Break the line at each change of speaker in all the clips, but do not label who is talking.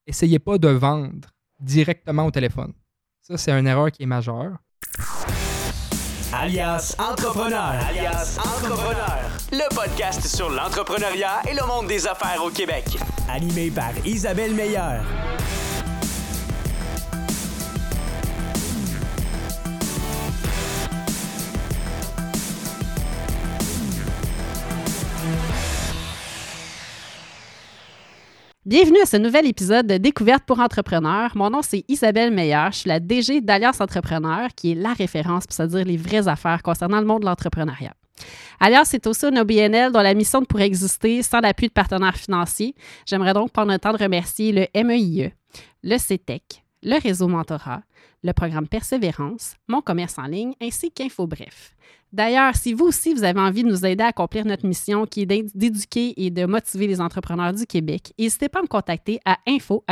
essayez pas de vendre directement au téléphone. Ça, c'est une erreur qui est majeure.
Alias Entrepreneur. Le podcast sur l'entrepreneuriat et le monde des affaires au Québec. Animé par Isabelle Meilleur.
Bienvenue à ce nouvel épisode de Découverte pour entrepreneurs. Mon nom, c'est Isabelle Meilleur. Je suis la DG d'Alias Entrepreneur, qui est la référence pour se dire les vraies affaires concernant le monde de l'entrepreneuriat. Alias, c'est aussi une OBNL dont la mission ne pourrait exister sans l'appui de partenaires financiers. J'aimerais donc prendre le temps de remercier le MEIE, le CETEC, le Réseau Mentorat, le programme Persévérance, Mon commerce en ligne, ainsi qu'InfoBref. D'ailleurs, si vous aussi, vous avez envie de nous aider à accomplir notre mission qui est d'éduquer et de motiver les entrepreneurs du Québec, n'hésitez pas à me contacter à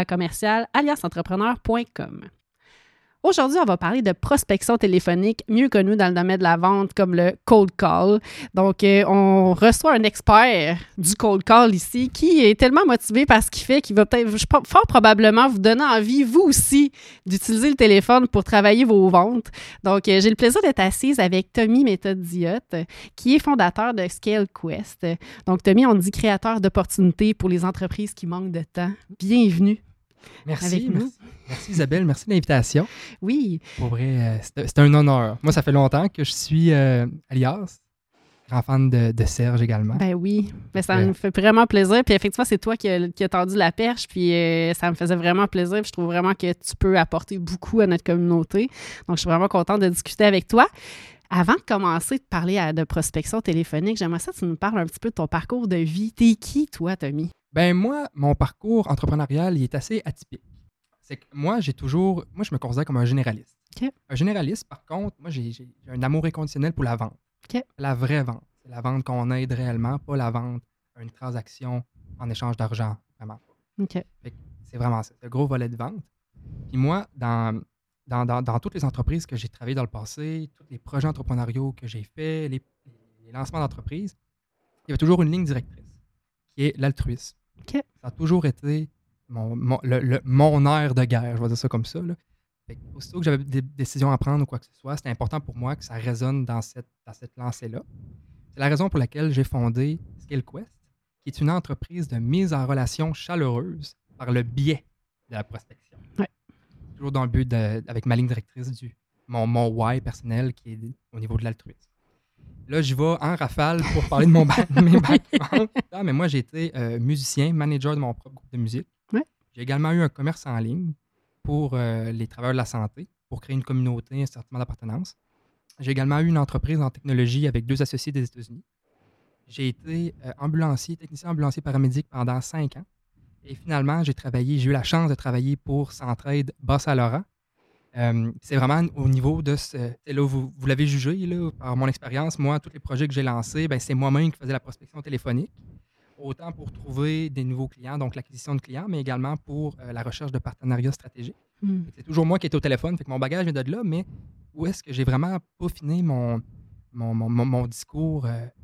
info@aliasentrepreneur.com. Aujourd'hui, on va parler de prospection téléphonique, mieux connu dans le domaine de la vente comme le cold call. Donc, on reçoit un expert du cold call ici qui est tellement motivé par ce qu'il fait qu'il va peut-être, fort probablement, vous donner envie, vous aussi, d'utiliser le téléphone pour travailler vos ventes. Donc, j'ai le plaisir d'être assise avec Tommy Méthode-Diotte, qui est fondateur de ScaleQuest. Donc, Tommy, on dit créateur d'opportunités pour les entreprises qui manquent de temps. Bienvenue.
Merci Isabelle, merci de l'invitation.
Oui.
Pour vrai, c'est un honneur. Moi, ça fait longtemps que je suis Alias, grand fan de Serge également.
Ben oui, mais ça me fait vraiment plaisir. Puis effectivement, c'est toi qui as tendu la perche, puis ça me faisait vraiment plaisir. Puis je trouve vraiment que tu peux apporter beaucoup à notre communauté. Donc, je suis vraiment contente de discuter avec toi. Avant de commencer de parler de prospection téléphonique, j'aimerais ça que tu nous parles un petit peu de ton parcours de vie. T'es qui, toi, Tommy?
Ben moi, mon parcours entrepreneurial, il est assez atypique. C'est que moi, je me considère comme un généraliste.
Okay.
Un généraliste, par contre, moi, j'ai un amour inconditionnel pour la vente.
Okay.
La vraie vente. C'est la vente qu'on aide réellement, pas la vente à une transaction en échange d'argent. Vraiment pas.
Okay.
C'est vraiment ça. C'est un gros volet de vente. Puis moi, dans toutes les entreprises que j'ai travaillées dans le passé, tous les projets entrepreneuriaux que j'ai faits, les lancements d'entreprises, il y avait toujours une ligne directrice qui est l'altruisme.
Okay.
Ça a toujours été mon air de guerre, je vais dire ça comme ça. Là. Aussitôt que j'avais des décisions à prendre ou quoi que ce soit, c'était important pour moi que ça résonne dans cette lancée-là. C'est la raison pour laquelle j'ai fondé ScaleQuest, qui est une entreprise de mise en relation chaleureuse par le biais de la prospection.
Ouais. Toujours
dans le but, avec ma ligne directrice, mon why personnel qui est au niveau de l'altruisme. Là, je vais en rafale pour parler de mes backgrounds. Mais moi, j'ai été musicien, manager de mon propre groupe de musique.
Ouais.
J'ai également eu un commerce en ligne pour les travailleurs de la santé, pour créer une communauté, un sentiment d'appartenance. J'ai également eu une entreprise en technologie avec 2 associés des États-Unis. J'ai été technicien ambulancier paramédic pendant 5 ans. Et finalement, j'ai eu la chance de travailler pour Centraide Bas-Saint-Laurent. C'est vraiment au niveau de là, vous l'avez jugé là, par mon expérience. Moi, tous les projets que j'ai lancés, c'est moi-même qui faisais la prospection téléphonique, autant pour trouver des nouveaux clients, donc l'acquisition de clients, mais également pour la recherche de partenariats stratégiques. C'est toujours moi qui étais au téléphone, fait que mon bagage vient de là, mais où est-ce que j'ai vraiment peaufiné mon discours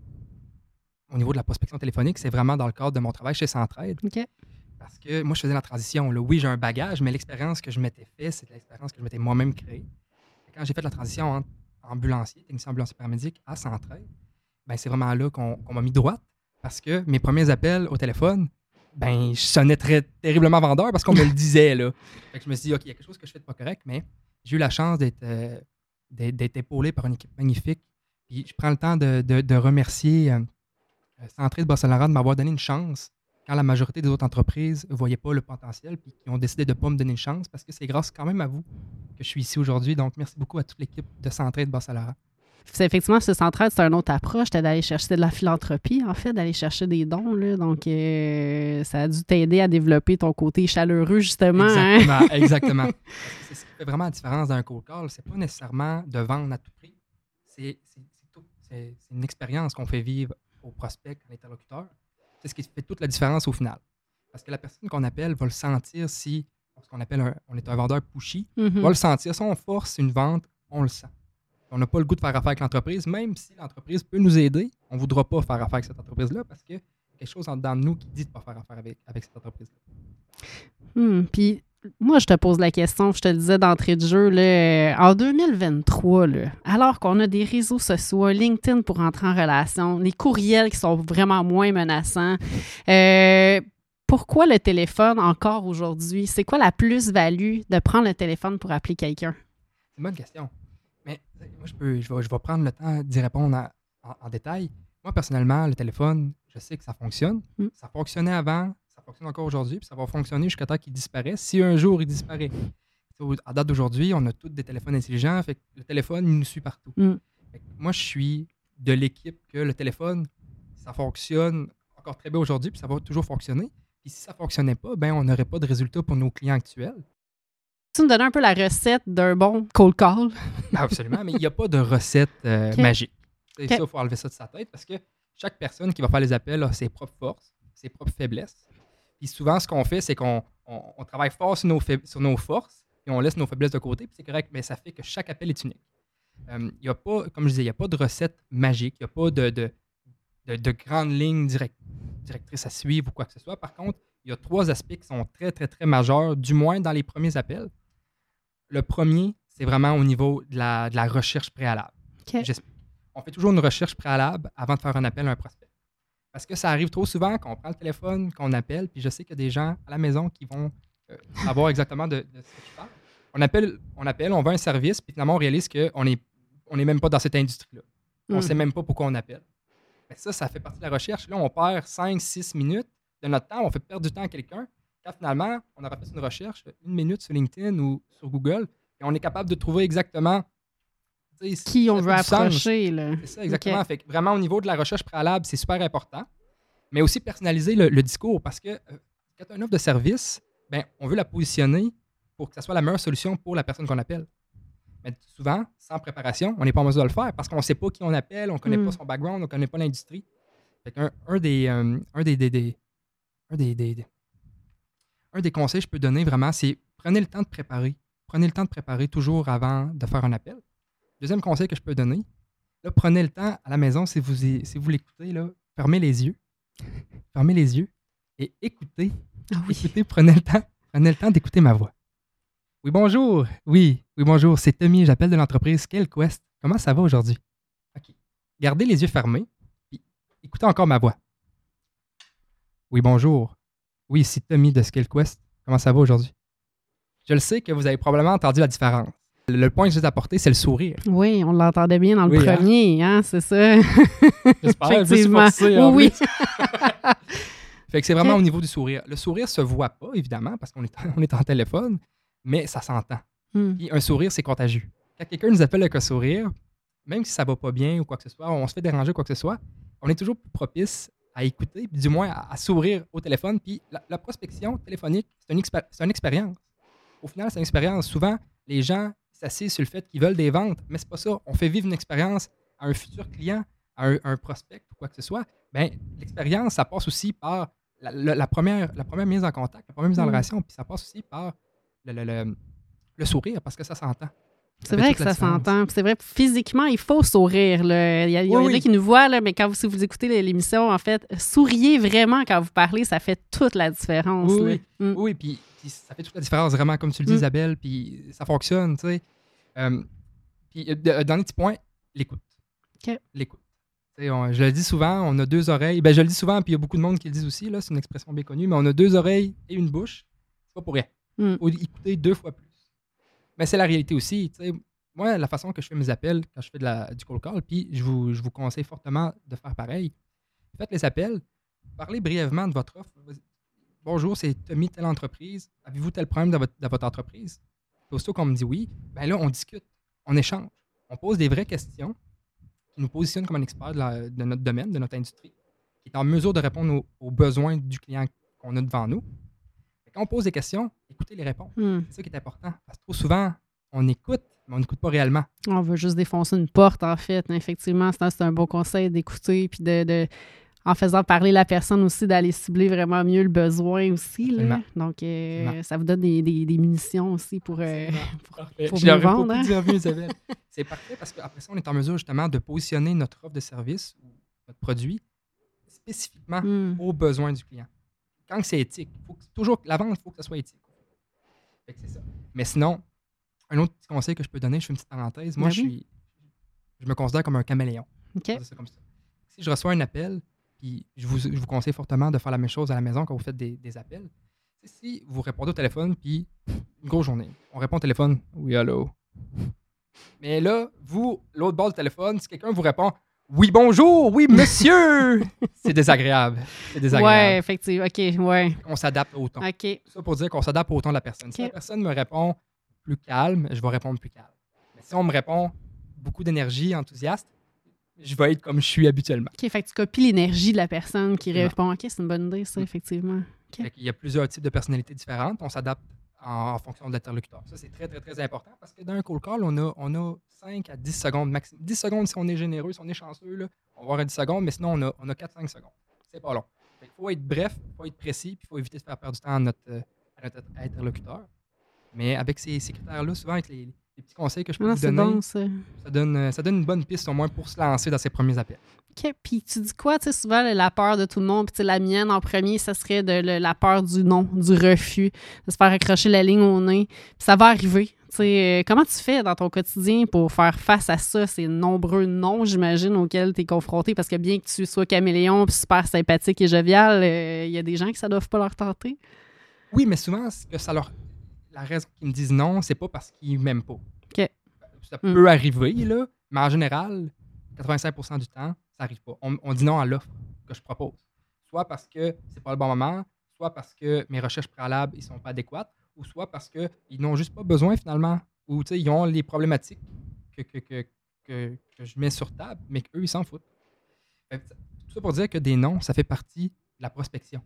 au niveau de la prospection téléphonique, c'est vraiment dans le cadre de mon travail chez Centraide.
Okay.
Parce que moi, je faisais la transition. Là. Oui, j'ai un bagage, mais l'expérience que je m'étais faite, c'est l'expérience que je m'étais moi-même créée. Et quand j'ai fait la transition entre technicien ambulancier paramédic, à Centraide, c'est vraiment là qu'on m'a mis droite. Parce que mes premiers appels au téléphone, je sonnais terriblement vendeur parce qu'on me le disait. Là. Fait que je me suis dit, OK, il y a quelque chose que je fais de pas correct, mais j'ai eu la chance d'être épaulé par une équipe magnifique. Puis je prends le temps de remercier Centraide Bas-Saint-Laurent de m'avoir donné une chance quand la majorité des autres entreprises ne voyaient pas le potentiel puis qui ont décidé de ne pas me donner une chance parce que c'est grâce quand même à vous que je suis ici aujourd'hui. Donc, merci beaucoup à toute l'équipe de Centraide Bas-Saint-Laurent.
Effectivement, ce Centraide, c'est une autre approche. C'était d'aller chercher de la philanthropie, en fait, d'aller chercher des dons. Là. Donc, ça a dû t'aider à développer ton côté chaleureux, justement.
Exactement. C'est ce qui fait vraiment la différence d'un cold call. C'est pas nécessairement de vendre à tout prix. C'est une expérience qu'on fait vivre aux prospects, à l'interlocuteur. C'est ce qui fait toute la différence au final. Parce que la personne qu'on appelle va le sentir si, ce qu'on appelle on est un vendeur pushy, va le sentir. Si on force une vente, on le sent. On n'a pas le goût de faire affaire avec l'entreprise, même si l'entreprise peut nous aider, on ne voudra pas faire affaire avec cette entreprise-là parce qu'il y a quelque chose en dedans de nous qui dit de ne pas faire affaire avec cette entreprise-là.
Puis moi, je te pose la question, je te le disais d'entrée de jeu, là, en 2023, là, alors qu'on a des réseaux sociaux, LinkedIn pour entrer en relation, les courriels qui sont vraiment moins menaçants, pourquoi le téléphone encore aujourd'hui? C'est quoi la plus-value de prendre le téléphone pour appeler quelqu'un?
C'est une bonne question. Mais moi, je vais prendre le temps d'y répondre en détail. Moi, personnellement, le téléphone, je sais que ça fonctionne. Ça fonctionnait avant, ça fonctionne encore aujourd'hui, puis ça va fonctionner jusqu'à temps qu'il disparaisse. Si un jour il disparaît, à date d'aujourd'hui, on a tous des téléphones intelligents, fait que le téléphone, il nous suit partout. Fait que moi, je suis de l'équipe que le téléphone, ça fonctionne encore très bien aujourd'hui, puis ça va toujours fonctionner. Puis si ça ne fonctionnait pas, ben on n'aurait pas de résultats pour nos clients actuels.
Tu me donnes un peu la recette d'un bon cold call?
Absolument, mais il n'y a pas de recette magique. Ça, il faut enlever ça de sa tête parce que chaque personne qui va faire les appels a ses propres forces, ses propres faiblesses. Puis souvent, ce qu'on fait, c'est qu'on travaille fort sur nos forces et on laisse nos faiblesses de côté, puis c'est correct, mais ça fait que chaque appel est unique. Il n'y a pas, comme je disais, il n'y a pas de recette magique, il n'y a pas de grandes lignes directrices à suivre ou quoi que ce soit. Par contre, il y a 3 aspects qui sont très, très, très majeurs, du moins dans les premiers appels. Le premier, c'est vraiment au niveau de la recherche préalable. On fait toujours une recherche préalable avant de faire un appel à un prospect. Parce que ça arrive trop souvent qu'on prend le téléphone, qu'on appelle, puis je sais qu'il y a des gens à la maison qui vont savoir exactement de ce que je parle. On appelle, on veut un service, puis finalement, on réalise qu'on n'est même pas dans cette industrie-là. On ne sait même pas pourquoi on appelle. Mais ça fait partie de la recherche. Là, on perd 5-6 minutes de notre temps, on fait perdre du temps à quelqu'un. Quand finalement, on aura fait une recherche, 1 minute sur LinkedIn ou sur Google, et on est capable de trouver exactement
qui on veut approcher. Là.
C'est ça, exactement. Fait que vraiment, au niveau de la recherche préalable, c'est super important. Mais aussi personnaliser le discours parce que quand tu as une offre de service, ben, on veut la positionner pour que ça soit la meilleure solution pour la personne qu'on appelle. Mais souvent, sans préparation, on n'est pas en mesure de le faire parce qu'on ne sait pas qui on appelle, on ne connaît pas son background, on ne connaît pas l'industrie. Fait qu'un des conseils que je peux donner vraiment, c'est prenez le temps de préparer. Prenez le temps de préparer toujours avant de faire un appel. Deuxième conseil que je peux donner, là, prenez le temps à la maison, si vous l'écoutez, là, fermez les yeux. Fermez les yeux et écoutez. Écoutez, prenez le temps d'écouter ma voix. Oui, bonjour. Oui, bonjour. C'est Tommy, j'appelle de l'entreprise ScaleQuest. Comment ça va aujourd'hui? OK. Gardez les yeux fermés et écoutez encore ma voix. Oui, bonjour. Oui, c'est Tommy de ScaleQuest. Comment ça va aujourd'hui? Je le sais que vous avez probablement entendu la différence. Le point que je vais apporter, c'est le sourire.
Oui, on l'entendait bien dans le premier, hein, c'est ça.
J'espère.
Effectivement. Oui.
Fait que c'est vraiment au niveau du sourire. Le sourire se voit pas, évidemment, parce qu'on est en téléphone, mais ça s'entend. Puis un sourire, c'est contagieux. Quand quelqu'un nous appelle avec un sourire, même si ça va pas bien ou quoi que ce soit, on se fait déranger ou quoi que ce soit, on est toujours plus propice à écouter, puis du moins à sourire au téléphone. Puis la prospection téléphonique, c'est une expérience. Au final, c'est une expérience. Souvent, les gens s'assisent sur le fait qu'ils veulent des ventes, mais c'est pas ça. On fait vivre une expérience à un futur client, à un prospect ou quoi que ce soit. Bien, l'expérience, ça passe aussi par la première mise en contact, la première mise en relation, puis ça passe aussi par le sourire, parce que ça s'entend.
C'est vrai que ça s'entend. C'est vrai, physiquement, il faut sourire. Là. Il y en a qui nous voient, là, mais si vous écoutez l'émission, en fait, souriez vraiment quand vous parlez, ça fait toute la différence.
Oui, puis ça fait toute la différence, vraiment, comme tu le dis, Isabelle, puis ça fonctionne, tu sais. Puis, dernier petit point, l'écoute.
OK.
L'écoute. Je le dis souvent, on a 2 oreilles. Ben, je le dis souvent, puis il y a beaucoup de monde qui le disent aussi, là, c'est une expression bien connue, mais on a 2 oreilles et une bouche. C'est pas pour rien. Il faut écouter 2 fois plus. Mais c'est la réalité aussi. T'sais. Moi, la façon que je fais mes appels quand je fais du cold call, puis je vous conseille fortement de faire pareil. Faites les appels, parlez brièvement de votre offre. Bonjour, c'est Tommy, telle entreprise. Avez-vous tel problème dans votre entreprise? Aussitôt qu'on me dit oui, bien là, on discute, on échange. On pose des vraies questions qui nous positionnent comme un expert de notre domaine, de notre industrie, qui est en mesure de répondre aux besoins du client qu'on a devant nous. Quand on pose des questions, écoutez les réponses. C'est ça qui est important. Parce que trop souvent, on écoute, mais on n'écoute pas réellement.
On veut juste défoncer une porte, en fait. Effectivement, c'est un bon conseil d'écouter, puis en faisant parler la personne aussi, d'aller cibler vraiment mieux le besoin aussi. Là. Donc, ça vous donne des munitions aussi pour mieux vendre.
Hein? C'est parfait parce qu'après ça, on est en mesure justement de positionner notre offre de service ou notre produit spécifiquement aux besoins du client. Quand c'est éthique, la vente, il faut que ça soit éthique. Il Fait que c'est ça. Mais sinon, un autre petit conseil que je peux donner, je fais une petite parenthèse. Moi, je me considère comme un caméléon.
OK.
C'est ça comme ça. Si je reçois un appel, puis je vous conseille fortement de faire la même chose à la maison quand vous faites des appels. Si vous répondez au téléphone, puis une grosse journée, on répond au téléphone, oui, allô. Mais là, vous, l'autre bord du téléphone, si quelqu'un vous répond, oui, bonjour, oui, monsieur, c'est désagréable. C'est désagréable.
Ouais, effectivement. OK, ouais.
On s'adapte au ton.
OK.
Ça pour dire qu'on s'adapte au ton de la personne. Si la personne me répond plus calme, je vais répondre plus calme. Mais si on me répond beaucoup d'énergie, enthousiaste, je vais être comme je suis habituellement.
OK, fait que tu copies l'énergie de la personne qui répond. OK, c'est une bonne idée, ça, effectivement. Okay.
Il y a plusieurs types de personnalités différentes. On s'adapte en fonction de l'interlocuteur. Ça, c'est très, très, très important parce que dans un cold call, on a 5 à 10 secondes maximum. 10 secondes si on est généreux, si on est chanceux, là, on va avoir 10 secondes, mais sinon, on a 4-5 secondes. C'est pas long. Il faut être bref, il faut être précis, puis il faut éviter de faire perdre du temps à notre interlocuteur. Mais avec ces critères-là, souvent avec les petits conseils que je peux vous donner,
bon, ça
donne une bonne piste au moins pour se lancer dans ses premiers appels.
OK. Puis tu dis quoi? Tu sais, souvent, la peur de tout le monde, puis la mienne en premier, ça serait la peur du non, du refus, de se faire accrocher la ligne au nez. Puis ça va arriver. Tu sais, comment tu fais dans ton quotidien pour faire face à ça, ces nombreux noms, j'imagine, auxquels tu es confronté? Parce que bien que tu sois caméléon puis super sympathique et jovial, il y a des gens que ça ne doit pas leur tenter.
Oui, mais souvent, la raison qu'ils me disent non, c'est pas parce qu'ils m'aiment pas.
OK.
Ça peut arriver, là, mais en général, 85% du temps, ça n'arrive pas. On dit non à l'offre que je propose. Soit parce que c'est pas le bon moment, soit parce que mes recherches préalables ne sont pas adéquates, ou soit parce qu'ils n'ont juste pas besoin finalement, ou ils ont les problématiques que je mets sur table, mais qu'eux, ils s'en foutent. Tout ça pour dire que des noms, ça fait partie de la prospection.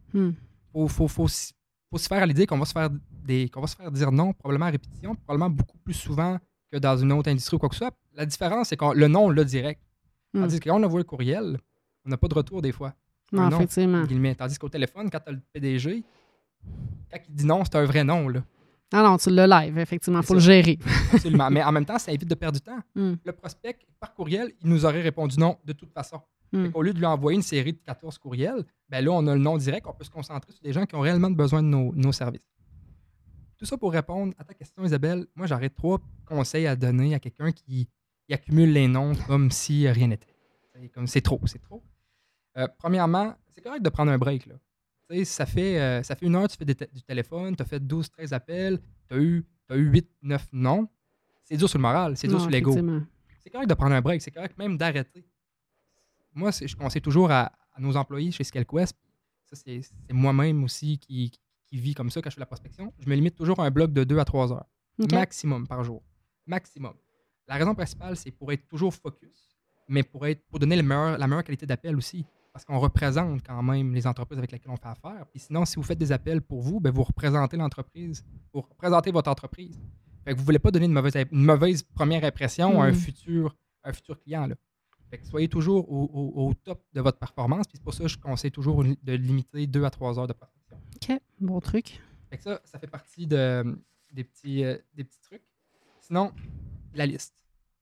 Faut se faire à l'idée qu'on va se faire dire non, probablement à répétition, probablement beaucoup plus souvent que dans une autre industrie ou quoi que ce soit. La différence, c'est que le nom, on l'a direct. Tandis que quand on envoie le courriel, on n'a pas de retour des fois.
Non, effectivement.
Tandis qu'au téléphone, quand tu as le PDG, quand il dit non, c'est un vrai non. Là.
Non, tu l'as live, effectivement. Il faut le gérer.
Absolument. Mais en même temps, ça évite de perdre du temps. Le prospect, par courriel, il nous aurait répondu non de toute façon. Au lieu de lui envoyer une série de 14 courriels, ben là, on a le nom direct. On peut se concentrer sur des gens qui ont réellement besoin de nos services. Tout ça pour répondre à ta question, Isabelle. Moi, j'aurais 3 conseils à donner à quelqu'un qui accumule les noms comme si rien n'était. C'est trop. Premièrement, c'est correct de prendre un break. Là. Ça fait 1 heure que tu fais du téléphone, tu as fait 12-13 appels, tu as eu 8-9 noms. C'est dur sur le moral, c'est dur sur l'ego. C'est correct de prendre un break, c'est correct même d'arrêter. Moi, je conseille toujours à nos employés chez ScaleQuest, ça c'est moi-même aussi qui vit comme ça quand je fais la prospection, je me limite toujours à un bloc de 2 à 3 heures, maximum par jour. Maximum. La raison principale, c'est pour être toujours focus, mais pour donner la meilleure qualité d'appel aussi. Parce qu'on représente quand même les entreprises avec lesquelles on fait affaire. Puis sinon, si vous faites des appels pour vous, ben vous représentez l'entreprise. Vous représentez votre entreprise. Fait que vous ne voulez pas donner une mauvaise première impression à un futur client. Là. Fait que soyez toujours au top de votre performance. Puis c'est pour ça que je conseille toujours de limiter 2 à 3 heures de prospection.
OK, bon truc.
Fait que ça fait partie des petits trucs. Sinon, la liste.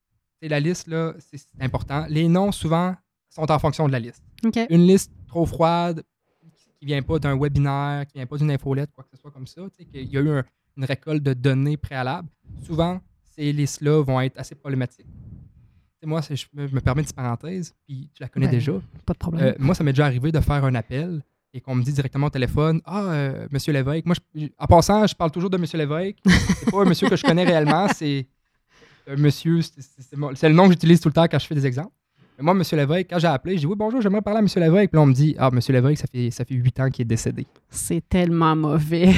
La liste, là, c'est important. Les noms, souvent, sont en fonction de la liste.
Okay.
Une liste trop froide, qui ne vient pas d'un webinaire, qui ne vient pas d'une infolette, quoi que ce soit comme ça, qu'il y a eu une récolte de données préalables, souvent, ces listes-là vont être assez problématiques. Moi, je me permets une petite parenthèse, puis tu la connais déjà.
Pas de problème.
Moi, ça m'est déjà arrivé de faire un appel et qu'on me dit directement au téléphone « Monsieur Lévesque ». Moi, en passant, je parle toujours de Monsieur Lévesque. C'est pas un monsieur que je connais réellement, c'est un monsieur, c'est le nom que j'utilise tout le temps quand je fais des exemples. Mais moi, M. Lévesque, quand j'ai appelé, j'ai dit « Oui, bonjour, j'aimerais parler à M. Lévesque ». Puis là, on me dit « Ah, M. Lévesque, ça fait 8 ans qu'il est décédé. »
C'est tellement mauvais.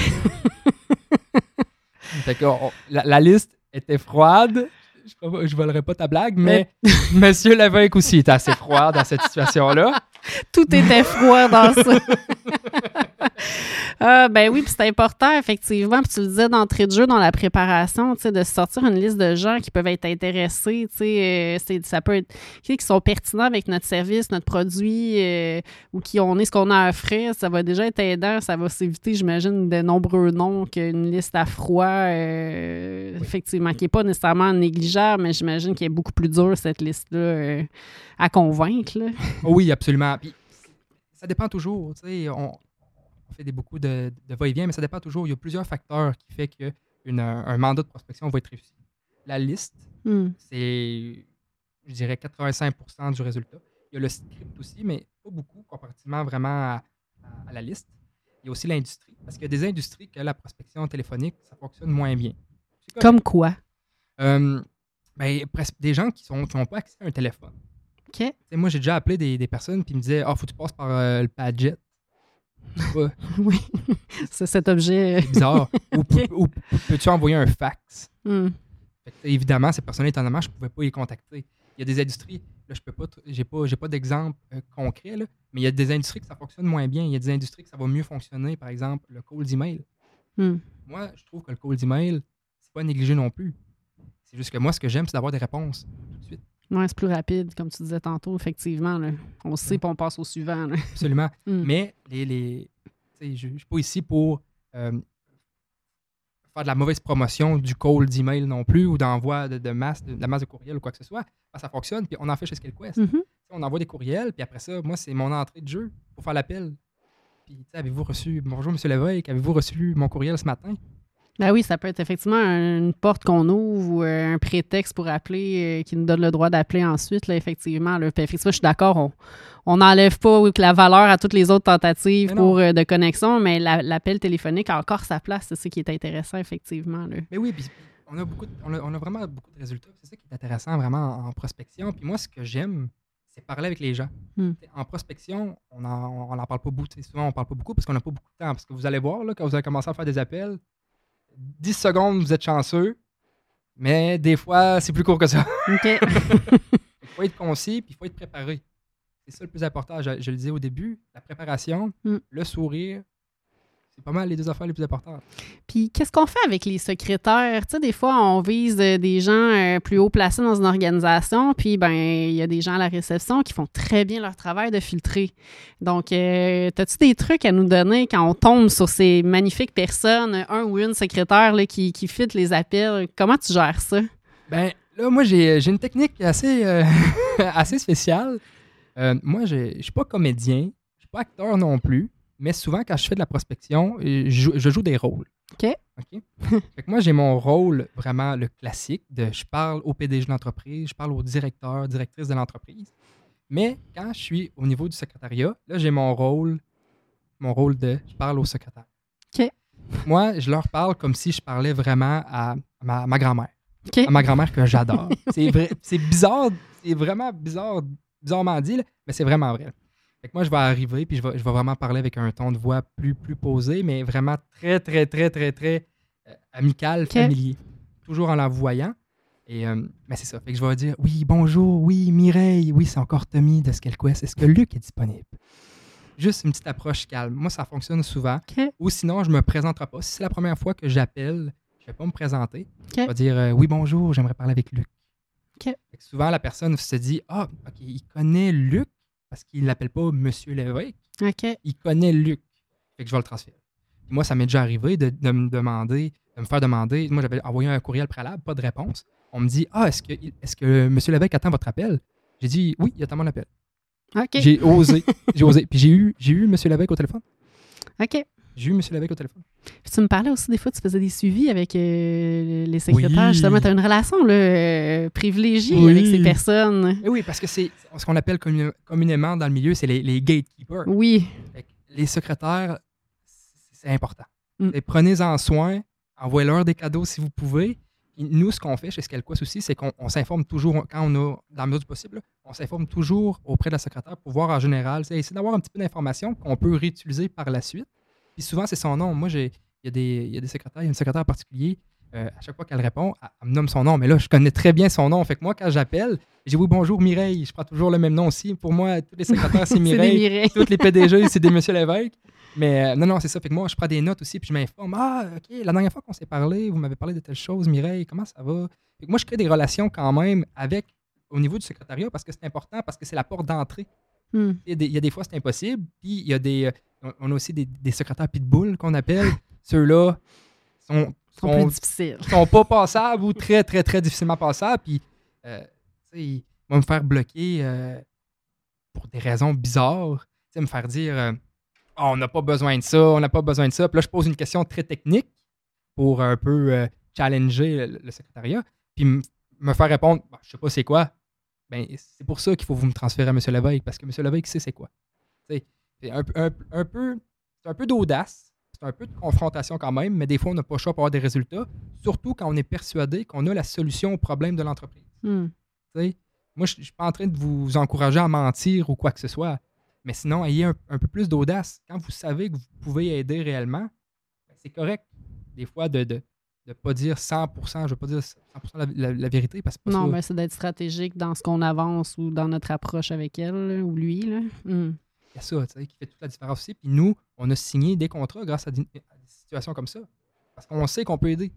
Fait que la liste était froide. Je ne volerai pas ta blague, mais M. Lévesque aussi était assez froid dans cette situation-là.
Tout était froid dans ça. Ben oui, puis c'est important, effectivement. Puis tu le disais d'entrée de jeu dans la préparation, tu sais, de sortir une liste de gens qui peuvent être intéressés, tu sais, ça peut être qui sont pertinents avec notre service, notre produit, ou qui on est ce qu'on a à offrir. Ça va déjà être aidant, ça va s'éviter, j'imagine, de nombreux noms qu'une liste à froid, effectivement, qui n'est pas nécessairement négligeable, mais j'imagine qu'elle est beaucoup plus dure, cette liste-là, à convaincre. Là.
Oui, absolument. Puis, ça dépend toujours, tu sais, on fait beaucoup de va-et-vient, mais ça dépend toujours. Il y a plusieurs facteurs qui font que un mandat de prospection va être réussi. La liste, c'est, je dirais, 85% du résultat. Il y a le script aussi, mais pas beaucoup comparativement vraiment à la liste. Il y a aussi l'industrie, parce qu'il y a des industries que la prospection téléphonique, ça fonctionne moins bien.
Comme quoi?
Presque des gens qui n'ont pas accès à un téléphone.
OK.
Moi, j'ai déjà appelé des personnes qui me disaient « Ah, faut que tu passes par le Padjet. »
Oui, c'est cet objet.
C'est bizarre. Ou peux-tu envoyer un fax? Fait que, évidemment, ces personnes étonnamment, je ne pouvais pas les contacter. Il y a des industries, là, j'ai pas d'exemple concret, là, mais il y a des industries que ça fonctionne moins bien. Il y a des industries que ça va mieux fonctionner, par exemple, le cold email. Moi, je trouve que le cold email, c'est pas négligé non plus. C'est juste que moi, ce que j'aime, c'est d'avoir des réponses tout de suite.
Oui, c'est plus rapide, comme tu disais tantôt, effectivement. Là. On sait puis on passe au suivant. Là.
Absolument. Mais je ne suis pas ici pour faire de la mauvaise promotion du cold email non plus ou d'envoi de la masse de courriel ou quoi que ce soit. Ça fonctionne, puis on en fait chez SkillQuest. On envoie des courriels, puis après ça, moi, c'est mon entrée de jeu pour faire l'appel. Puis, avez-vous reçu, bonjour, M. Lévesque, avez-vous reçu mon courriel ce matin?
Ben oui, ça peut être effectivement une porte qu'on ouvre ou un prétexte pour appeler qui nous donne le droit d'appeler ensuite, là, effectivement. Là. Puis effectivement, je suis d'accord, on n'enlève pas la valeur à toutes les autres tentatives de connexion, mais l'appel téléphonique a encore sa place. C'est ça qui est intéressant, effectivement. Là.
Mais oui, puis on a vraiment beaucoup de résultats. C'est ça qui est intéressant vraiment en prospection. Puis moi, ce que j'aime, c'est parler avec les gens. En prospection, on n'en parle pas beaucoup. Souvent, on ne parle pas beaucoup parce qu'on n'a pas beaucoup de temps. Parce que vous allez voir, là, quand vous allez commencer à faire des appels, 10 secondes, vous êtes chanceux, mais des fois, c'est plus court que ça.
OK.
Il faut être concis, puis il faut être préparé. C'est ça le plus important. Je le disais au début, la préparation, le sourire, c'est pas mal les deux affaires les plus importantes.
Puis, qu'est-ce qu'on fait avec les secrétaires? Tu sais, des fois, on vise des gens plus haut placés dans une organisation, puis, il y a des gens à la réception qui font très bien leur travail de filtrer. Donc, as-tu des trucs à nous donner quand on tombe sur ces magnifiques personnes, un ou une secrétaire là, qui filtre les appels? Comment tu gères ça?
Là, moi, j'ai une technique assez, assez spéciale. Moi, je ne suis pas comédien, je ne suis pas acteur non plus. Mais souvent, quand je fais de la prospection, je joue des rôles.
OK.
Fait que moi, j'ai mon rôle vraiment le classique de je parle au PDG de l'entreprise, je parle au directeur, directrice de l'entreprise. Mais quand je suis au niveau du secrétariat, là, j'ai mon rôle de je parle au secrétaire.
OK.
Moi, je leur parle comme si je parlais vraiment à ma grand-mère.
Okay.
À ma grand-mère que j'adore. C'est bizarre, c'est vraiment bizarrement dit, là, mais c'est vraiment vrai. Fait que moi, je vais arriver puis je vais vraiment parler avec un ton de voix plus posé, mais vraiment très, très, très, très, très amical, familier. Toujours en la voyant. Et mais c'est ça. Fait que je vais dire oui, bonjour, oui, Mireille, oui, c'est encore Tommy de SkillQuest. Est-ce que Luc est disponible? Juste une petite approche calme. Moi, ça fonctionne souvent.
Okay.
Ou sinon, je ne me présenterai pas. Si c'est la première fois que j'appelle, je ne vais pas me présenter. Je vais dire oui, bonjour, j'aimerais parler avec Luc.
Fait
que souvent, la personne se dit ah, OK, il connaît Luc. Parce qu'il ne l'appelle pas Monsieur Lévesque.
Okay.
Il connaît Luc. Fait que je vais le transférer. Et moi, ça m'est déjà arrivé de me faire demander. Moi, j'avais envoyé un courriel préalable, pas de réponse. On me dit ah, est-ce que Monsieur Lévesque attend votre appel? J'ai dit oui, il attend mon appel.
Okay.
J'ai osé. Puis j'ai eu Monsieur Lévesque au téléphone.
OK.
J'ai eu M. Lévesque au téléphone.
Puis tu me parlais aussi des fois, tu faisais des suivis avec les secrétaires. Oui. Justement, tu as une relation là, privilégiée avec ces personnes.
Et oui, parce que c'est ce qu'on appelle communément dans le milieu, c'est les gatekeepers.
Oui.
Les secrétaires, c'est important. Prenez-en soin, envoyez-leur des cadeaux si vous pouvez. Et nous, ce qu'on fait chez SkillQuest aussi, c'est qu'on s'informe toujours, quand on a, dans la mesure du possible, là, on s'informe toujours auprès de la secrétaire pour voir en général, essayer d'avoir un petit peu d'informations qu'on peut réutiliser par la suite. Puis souvent, c'est son nom. Moi, il y a des secrétaires, il y a une secrétaire en particulier. À chaque fois qu'elle répond, elle me nomme son nom. Mais là, je connais très bien son nom. Fait que moi, quand j'appelle, je dis oui, bonjour Mireille. Je prends toujours le même nom aussi. Pour moi, tous les secrétaires, c'est Mireille. Tous les PDG, c'est des Monsieur Lévesque. Mais non, c'est ça. Fait que moi, je prends des notes aussi, puis je m'informe. Ah, OK, la dernière fois qu'on s'est parlé, vous m'avez parlé de telle chose, Mireille, comment ça va? Fait que moi, je crée des relations quand même au niveau du secrétariat parce que c'est important, parce que c'est la porte d'entrée. Il y a des fois, c'est impossible. Puis, il y a on a aussi des secrétaires pitbull qu'on appelle. Ceux-là sont
plus difficiles.
Sont pas passables ou très, très, très difficilement passables. Puis, ils vont me faire bloquer pour des raisons bizarres. Me faire dire on n'a pas besoin de ça, on n'a pas besoin de ça. Puis là, je pose une question très technique. pour un peu challenger le secrétariat, puis me faire répondre « Je sais pas c'est quoi », ben c'est pour ça qu'il faut vous me transférer à M. Lévesque, parce que M. Lévesque sait c'est quoi. T'sais, c'est un peu d'audace, c'est un peu de confrontation quand même, mais des fois, on n'a pas le choix pour avoir des résultats, surtout quand on est persuadé qu'on a la solution au problème de l'entreprise. T'sais, moi, je ne suis pas en train de vous encourager à mentir ou quoi que ce soit, mais sinon, ayez un peu plus d'audace. Quand vous savez que vous pouvez aider réellement, ben, c'est correct, des fois, de ne pas dire 100%, je ne veux pas dire 100% la vérité, parce que c'est pas
Non,
ça.
mais c'est d'être stratégique dans ce qu'on avance ou dans notre approche avec elle là, ou lui. Là.
Il y a ça, qui fait toute la différence aussi. Puis nous, on a signé des contrats grâce à des situations comme ça. Parce qu'on sait qu'on peut aider.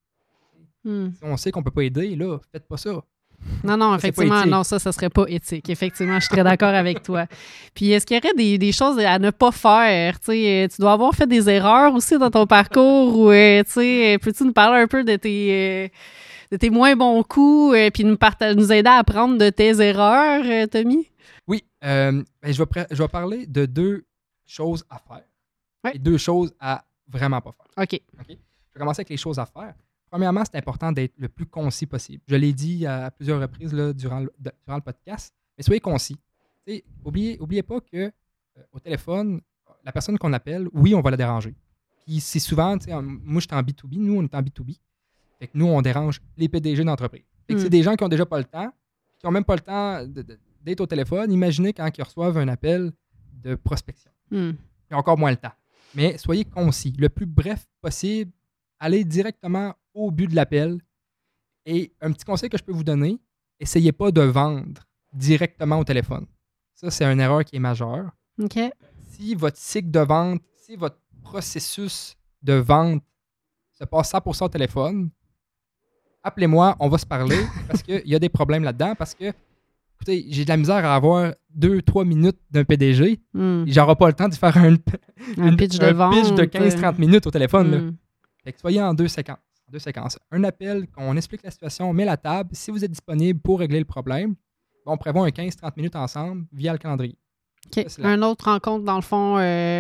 Si on sait qu'on ne peut pas aider, là, faites pas ça.
Non,
Ça,
effectivement, non, ça serait pas éthique. Effectivement, je suis très d'accord avec toi. Puis, est-ce qu'il y aurait des choses à ne pas faire? Tu dois avoir fait des erreurs aussi dans ton parcours ou, peux-tu nous parler un peu de tes moins bons coups puis nous aider à apprendre de tes erreurs, Tommy?
Oui, je vais parler de 2 choses à faire et 2 choses à vraiment pas faire.
OK.
Je vais commencer avec les choses à faire. Premièrement, c'est important d'être le plus concis possible. Je l'ai dit à plusieurs reprises là, durant le podcast, mais soyez concis. Oubliez pas que au téléphone, la personne qu'on appelle, oui, on va la déranger. Puis c'est souvent, moi, je suis en B2B, nous, on est en B2B. Fait que nous, on dérange les PDG d'entreprise. Fait que c'est des gens qui n'ont déjà pas le temps, qui n'ont même pas le temps d'être au téléphone. Imaginez quand ils reçoivent un appel de prospection. Ils ont encore moins le temps. Mais soyez concis. Le plus bref possible, allez directement au but de l'appel. Et un petit conseil que je peux vous donner, essayez pas de vendre directement au téléphone. Ça, c'est une erreur qui est majeure.
OK.
Si votre cycle de vente, si votre processus de vente se passe 100% au téléphone, appelez-moi, on va se parler parce qu'il y a des problèmes là-dedans. Parce que, écoutez, j'ai de la misère à avoir 2-3 minutes d'un PDG. J'aurai pas le temps de faire un
pitch de vente.
Pitch de 15-30 minutes au téléphone. Là. Fait que soyez en 2 séquences. Un appel, on explique la situation, on met la table. Si vous êtes disponible pour régler le problème, on prévoit un 15-30 minutes ensemble via le calendrier.
OK. Une autre rencontre, dans le fond,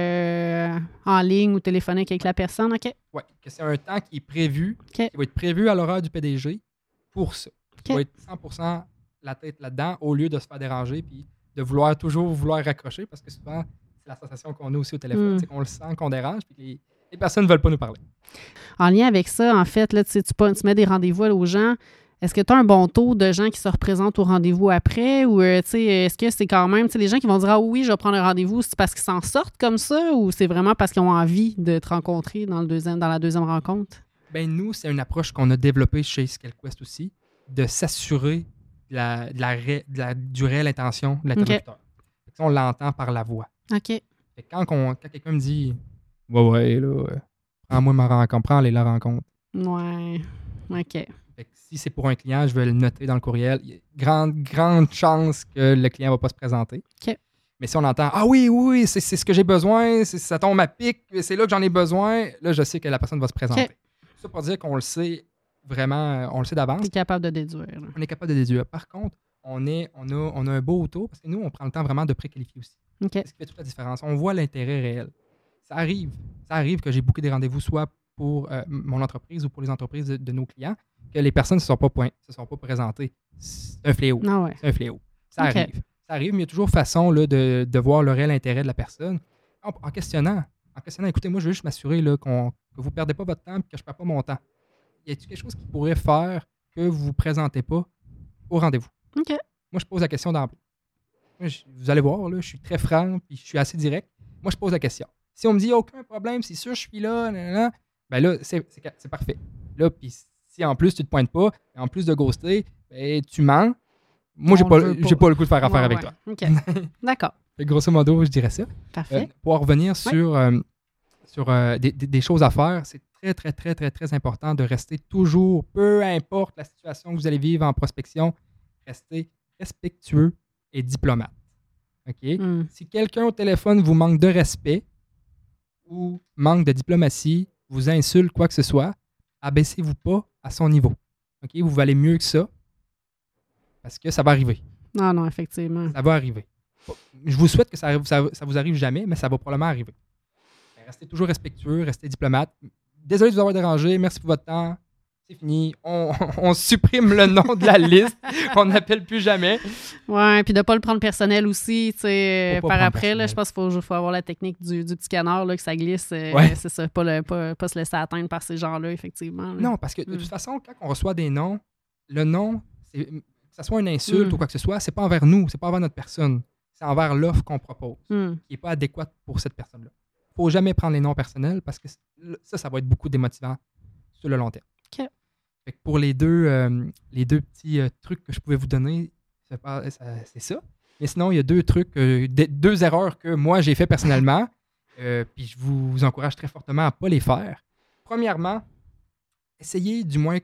en ligne ou téléphonique avec la personne, OK?
Oui, que c'est un temps qui est prévu,
qui
va être prévu à l'horaire du PDG pour ça.
Qui
va être 100% la tête là-dedans au lieu de se faire déranger puis de toujours vouloir raccrocher parce que souvent, c'est la sensation qu'on a aussi au téléphone, c'est qu'on le sent qu'on dérange puis que les personnes ne veulent pas nous parler.
En lien avec ça, en fait, là, tu mets des rendez-vous aux gens. Est-ce que tu as un bon taux de gens qui se représentent au rendez-vous après ou est-ce que c'est quand même les gens qui vont dire « Ah oui, je vais prendre un rendez-vous », c'est parce qu'ils s'en sortent comme ça ou c'est vraiment parce qu'ils ont envie de te rencontrer dans la deuxième rencontre?
Bien, nous, c'est une approche qu'on a développée chez ScaleQuest aussi, de s'assurer du réelle intention de l'interlocuteur. Okay. On l'entend par la voix.
OK.
Fait que quand quelqu'un me dit « Ouais, là, prends-moi ma rencontre, prends-les la rencontre. »
Ouais, OK.
Fait que si c'est pour un client, je vais le noter dans le courriel. Il y a grande chance que le client ne va pas se présenter.
OK.
Mais si on entend « Ah oui, c'est ce que j'ai besoin, ça tombe à pic, c'est là que j'en ai besoin », là, je sais que la personne va se présenter. Okay. Ça pour dire qu'on le sait vraiment, on le sait d'avance.
Tu es capable de déduire. Là.
On est capable de déduire. Par contre, on a un beau taux parce que nous, on prend le temps vraiment de préqualifier aussi.
Okay.
C'est ce qui fait toute la différence. On voit l'intérêt réel. Ça arrive que j'ai booké des rendez-vous soit pour mon entreprise ou pour les entreprises de nos clients, que les personnes ne se sont pas présentées. C'est un fléau.
Ah ouais.
C'est un fléau. Ça arrive, mais il y a toujours façon là, de voir le réel intérêt de la personne. En questionnant, écoutez, moi, je veux juste m'assurer là, que vous ne perdez pas votre temps et que je ne perds pas mon temps. Y a-t-il quelque chose qui pourrait faire que vous ne vous présentez pas au rendez-vous?
OK.
Moi, je pose la question d'emblée. Vous allez voir, là, je suis très franc et je suis assez direct. Moi, je pose la question. Si on me dit aucun problème, c'est sûr, je suis là, ben là, c'est parfait. Là, puis si en plus tu te pointes pas, en plus de ghoster, ben, tu mens. Moi, j'ai pas le coup de faire affaire avec toi.
OK. D'accord.
Grosso modo, je dirais ça.
Parfait.
Pour revenir sur des choses à faire, c'est très, très, très, très, très important de rester toujours, peu importe la situation que vous allez vivre en prospection, rester respectueux et diplomate. OK? Si quelqu'un au téléphone vous manque de respect ou manque de diplomatie, vous insulte, quoi que ce soit, abaissez-vous pas à son niveau. OK? Vous valez mieux que ça parce que ça va arriver.
Non, effectivement.
Ça va arriver. Je vous souhaite que ça vous arrive jamais, mais ça va probablement arriver. Restez toujours respectueux, restez diplomate. désolé de vous avoir dérangé, merci pour votre temps. C'est fini. On supprime le nom de la liste. On n'appelle plus jamais.
Ouais, puis de ne pas le prendre personnel aussi.
Faut pas
Par
prendre
après, là,
personnel.
je pense qu'il faut avoir la technique du petit canard, là, que ça glisse.
Ouais.
C'est ça, pas se laisser atteindre par ces gens-là, effectivement. Là.
Non, parce que de toute façon, quand on reçoit des noms, le nom, que ce soit une insulte ou quoi que ce soit, c'est pas envers nous, c'est pas envers notre personne. C'est envers l'offre qu'on propose, qui n'est pas adéquate pour cette personne-là. Il ne faut jamais prendre les noms personnels parce que ça va être beaucoup démotivant sur le long terme.
OK.
Fait que pour les deux petits trucs que je pouvais vous donner, c'est ça. Mais sinon, il y a deux trucs, deux erreurs que moi j'ai fait personnellement, puis je vous encourage très fortement à ne pas les faire. Premièrement, essayez du moins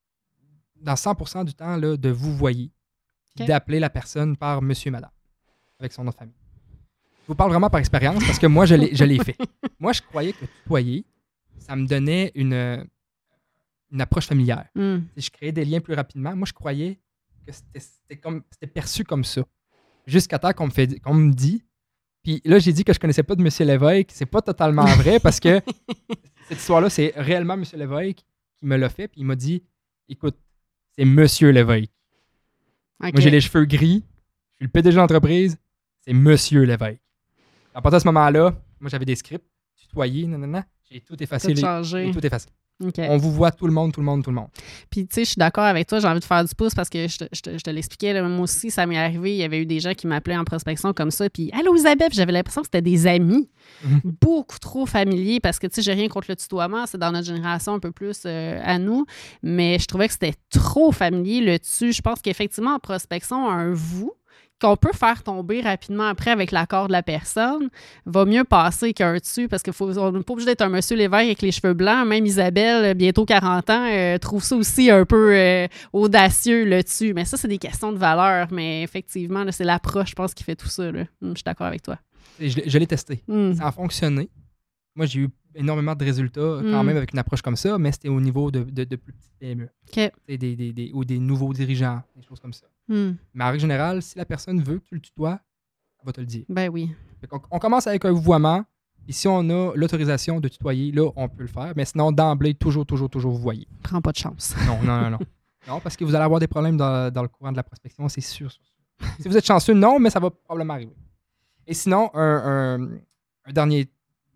dans 100% du temps là, de vous voyer, puis d'appeler la personne par monsieur, madame, avec son nom de famille. Je vous parle vraiment par expérience parce que moi, je l'ai fait. Moi, je croyais que tutoyer, ça me donnait une approche familière. Je créais des liens plus rapidement. Moi, je croyais que c'était perçu comme ça. Jusqu'à temps qu'on me dit. Puis là, j'ai dit que je connaissais pas de M. Lévesque. C'est pas totalement vrai parce que cette histoire-là, c'est réellement M. Lévesque qui me l'a fait. Puis il m'a dit, écoute, c'est M. Lévesque.
Okay.
Moi, j'ai les cheveux gris. Je suis le PDG de l'entreprise. C'est M. Lévesque. À partir de ce moment-là, moi, j'avais des scripts, tutoyer, nanana. J'ai tout effacé. Tout effacé.
Okay.
On vous voit tout le monde.
Puis, tu sais, je suis d'accord avec toi, j'ai envie de faire du pouce parce que je te l'expliquais, là, moi aussi, ça m'est arrivé. Il y avait eu des gens qui m'appelaient en prospection comme ça. Puis, allô Isabelle, puis j'avais l'impression que c'était des amis, beaucoup trop familiers parce que, tu sais, j'ai rien contre le tutoiement, c'est dans notre génération un peu plus à nous. Mais je trouvais que c'était trop familier le tu. Je pense qu'effectivement, en prospection, un vous qu'on peut faire tomber rapidement après avec l'accord de la personne, va mieux passer qu'un tu, parce qu'on n'est pas obligé d'être un monsieur Lévesque avec les cheveux blancs. Même Isabelle, bientôt 40 ans, trouve ça aussi un peu audacieux, le tu. Mais ça, c'est des questions de valeur. Mais effectivement, là, c'est l'approche, je pense, qui fait tout ça. Là. Je suis d'accord avec toi.
Je l'ai testé. Ça a fonctionné. Moi, j'ai eu énormément de résultats quand même avec une approche comme ça, mais c'était au niveau de plus petites PME.
Okay.
Ou des nouveaux dirigeants, des choses comme ça. Mais en règle générale, si la personne veut que tu le tutoies, elle va te le dire.
Ben oui.
On commence avec un vouvoiement, et si on a l'autorisation de tutoyer, là, on peut le faire. Mais sinon, d'emblée, toujours vous voyez.
Prends pas de chance.
Non. Non, parce que vous allez avoir des problèmes dans le courant de la prospection, c'est sûr. Si vous êtes chanceux, non, mais ça va probablement arriver. Et sinon, un dernier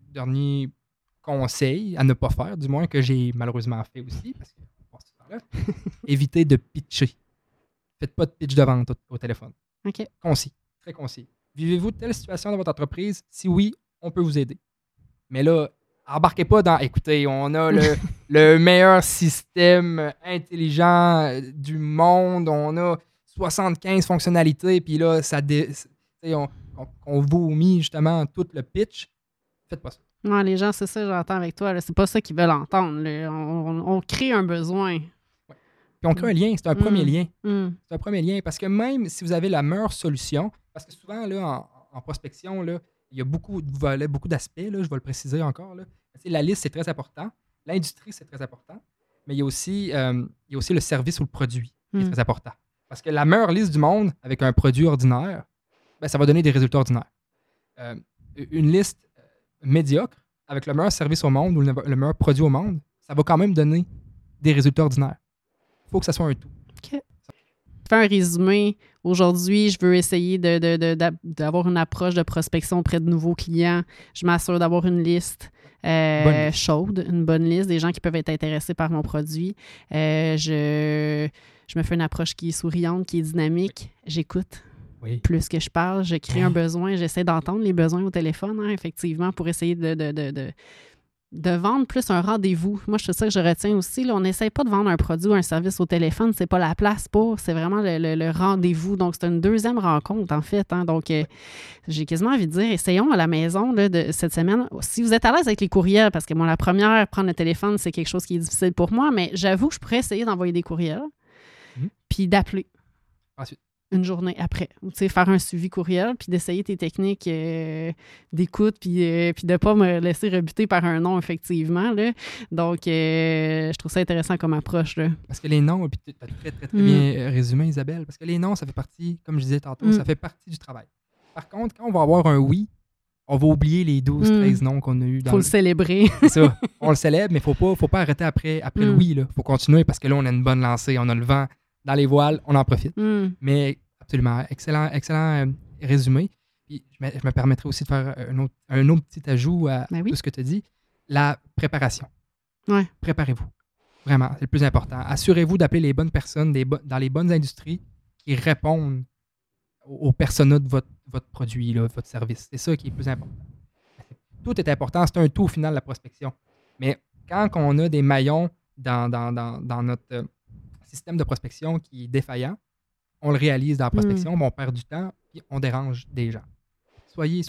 conseil à ne pas faire, du moins que j'ai malheureusement fait aussi, parce que évitez de pitcher. Faites pas de pitch de vente au téléphone.
OK.
Concis, très concis. Vivez-vous telle situation dans votre entreprise? Si oui, on peut vous aider. Mais là, embarquez pas dans, écoutez, on a le meilleur système intelligent du monde, on a 75 fonctionnalités, puis là, on vomit justement tout le pitch. Faites pas ça.
Non, les gens, c'est ça, j'entends avec toi. Là. C'est pas ça qu'ils veulent entendre. Là. On crée un besoin.
Puis on crée un lien, c'est un premier lien.
C'est
un premier lien parce que même si vous avez la meilleure solution, parce que souvent, là, en prospection, là, il y a beaucoup d'aspects, là, je vais le préciser encore. Là. La liste, c'est très important. L'industrie, c'est très important. Mais il y a aussi le service ou le produit qui est très important. Parce que la meilleure liste du monde avec un produit ordinaire, ben, ça va donner des résultats ordinaires. Une liste médiocre avec le meilleur service au monde ou le meilleur produit au monde, ça va quand même donner des résultats ordinaires. Il faut que ça soit un tout.
OK. Je fais un résumé. Aujourd'hui, je veux essayer d'avoir une approche de prospection auprès de nouveaux clients. Je m'assure d'avoir une liste chaude, une bonne liste des gens qui peuvent être intéressés par mon produit. Je me fais une approche qui est souriante, qui est dynamique. J'écoute.
Oui.
Plus que je parle, je crée un besoin. J'essaie d'entendre les besoins au téléphone, effectivement, pour essayer de vendre plus un rendez-vous. Moi, c'est ça que je retiens aussi. Là, on n'essaie pas de vendre un produit ou un service au téléphone. C'est pas la place pour. C'est vraiment le rendez-vous. Donc, c'est une deuxième rencontre, en fait. Donc, j'ai quasiment envie de dire, essayons à la maison là, de cette semaine. Si vous êtes à l'aise avec les courriels, parce que moi, la première, prendre le téléphone, c'est quelque chose qui est difficile pour moi, mais j'avoue que je pourrais essayer d'envoyer des courriels puis d'appeler.
Ensuite.
Une journée après. Tu sais, faire un suivi courriel, puis d'essayer tes techniques d'écoute, puis de ne pas me laisser rebuter par un nom, effectivement. Là. Donc, je trouve ça intéressant comme approche. Là.
Parce que les noms, puis tu as très, très, très bien résumé, Isabelle, parce que les noms, ça fait partie, comme je disais tantôt, ça fait partie du travail. Par contre, quand on va avoir un oui, on va oublier les 12-13 noms qu'on a eu dans
Faut le célébrer.
C'est ça. On le célèbre, mais faut pas arrêter après le oui. Il faut continuer parce que là, on a une bonne lancée. On a le vent dans les voiles, on en profite. Mais absolument, excellent résumé. Puis, je me permettrai aussi de faire un autre petit ajout à tout ce que tu as dit. La préparation.
Ouais.
Préparez-vous. Vraiment, c'est le plus important. Assurez-vous d'appeler les bonnes personnes dans les bonnes industries qui répondent aux personas de votre produit, là, votre service. C'est ça qui est le plus important. Tout est important. C'est un tout au final, la prospection. Mais quand on a des maillons dans notre système de prospection qui est défaillant, on le réalise dans la prospection, mais on perd du temps et on dérange des gens. Soyez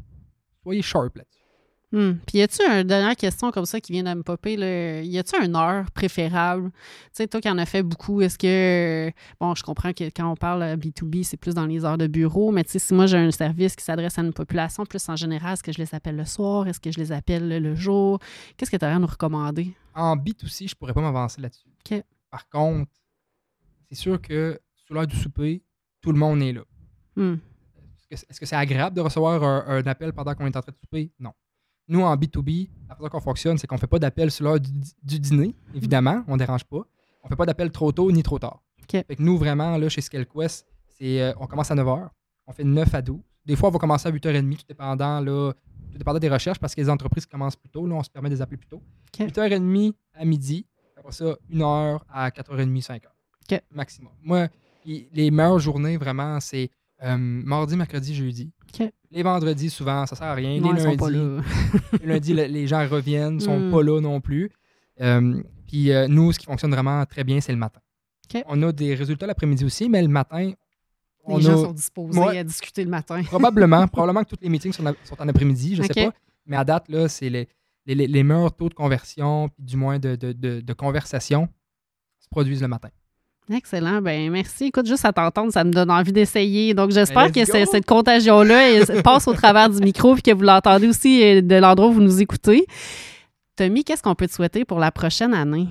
sharp là-dessus.
Puis y a-tu une dernière question comme ça qui vient de me popper? Là? Y a-tu une heure préférable? Tu sais, toi qui en as fait beaucoup, est-ce que... Bon, je comprends que quand on parle B2B, c'est plus dans les heures de bureau, mais tu sais, si moi j'ai un service qui s'adresse à une population plus en général, est-ce que je les appelle le soir? Est-ce que je les appelle le jour? Qu'est-ce que tu aurais à nous recommander?
En B2C, je pourrais pas m'avancer là-dessus.
OK.
Par contre, c'est sûr que sous l'heure du souper, tout le monde est là. Est-ce que c'est agréable de recevoir un appel pendant qu'on est en train de souper? Non. Nous, en B2B, la façon qu'on fonctionne, c'est qu'on ne fait pas d'appel sur l'heure du dîner, évidemment, on ne dérange pas. On ne fait pas d'appel trop tôt ni trop tard.
Okay.
Fait que nous, vraiment, là, chez ScaleQuest, on commence à 9h, on fait de 9 à 12. Des fois, on va commencer à 8h30, tout dépendant des recherches, parce que les entreprises commencent plus tôt. Là, on se permet de les appeler plus tôt. Okay. 8h30 à midi, après ça, 1h à 4h30, 5h.
Okay.
Maximum. Moi, les meilleures journées, vraiment, c'est mardi, mercredi, jeudi.
Okay.
Les vendredis, souvent, ça sert à rien.
Non,
les lundis,
sont pas là.
les lundis, les gens reviennent, ne sont pas là non plus. Puis nous, ce qui fonctionne vraiment très bien, c'est le matin.
Okay.
On a des résultats l'après-midi aussi, mais le matin,
les gens sont disposés à discuter le matin.
Probablement que tous les meetings sont en après-midi, je ne sais pas. Mais à date, là, c'est les meilleurs taux de conversion, puis du moins de conversation se produisent le matin.
Excellent. Ben merci. Écoute, juste à t'entendre, ça me donne envie d'essayer. Donc, j'espère que cette contagion-là passe au travers du micro et que vous l'entendez aussi de l'endroit où vous nous écoutez. Tommy, qu'est-ce qu'on peut te souhaiter pour la prochaine année?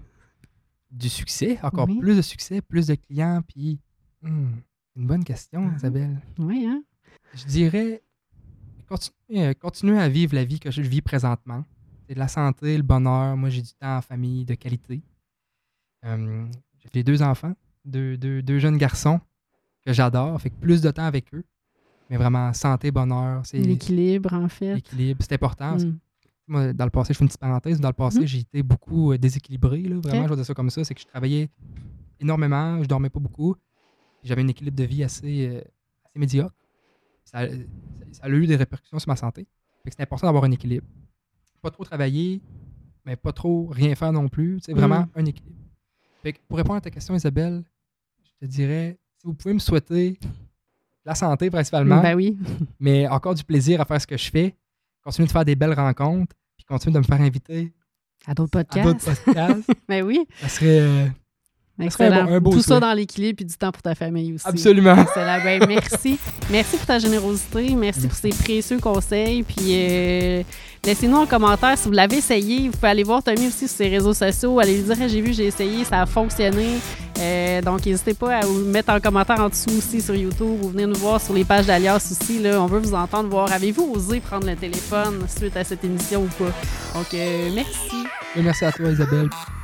Du succès, encore plus de succès, plus de clients, puis une bonne question, Isabelle.
Oui, hein?
Je dirais, continuez à vivre la vie que je vis présentement. C'est de la santé, le bonheur. Moi, j'ai du temps en famille, de qualité. J'ai 2 enfants, deux jeunes garçons que j'adore. Fait que plus de temps avec eux. Mais vraiment, santé, bonheur. C'est
l'équilibre, en fait.
L'équilibre, c'est important. Moi, dans le passé, je fais une petite parenthèse. Dans le passé, j'ai été beaucoup déséquilibré. Là, vraiment, je vais dire ça comme ça. C'est que je travaillais énormément, je dormais pas beaucoup. J'avais un équilibre de vie assez médiocre. Ça a eu des répercussions sur ma santé. Fait que c'est important d'avoir un équilibre. Pas trop travailler, mais pas trop rien faire non plus. C'est vraiment un équilibre. Fait que pour répondre à ta question, Isabelle, je te dirais, si vous pouvez me souhaiter la santé principalement,
ben oui.
mais encore du plaisir à faire ce que je fais, continuer de faire des belles rencontres, puis continuer de me faire inviter
à d'autres podcasts. Ben oui.
Ça serait...
Excellent.
Un beau
tout
souhait.
Ça dans l'équilibre et du temps pour ta famille aussi.
Absolument.
Excellent. Ben, merci. Merci pour ta générosité. Merci pour ces précieux conseils. Puis laissez-nous en commentaire si vous l'avez essayé. Vous pouvez aller voir Tommy aussi sur ses réseaux sociaux. Allez lui dire j'ai essayé, ça a fonctionné. Donc, n'hésitez pas à vous mettre en commentaire en dessous aussi sur YouTube ou venir nous voir sur les pages d'Alias aussi. Là. On veut vous entendre voir. Avez-vous osé prendre le téléphone suite à cette émission ou pas? Donc, merci.
Et merci à toi, Isabelle.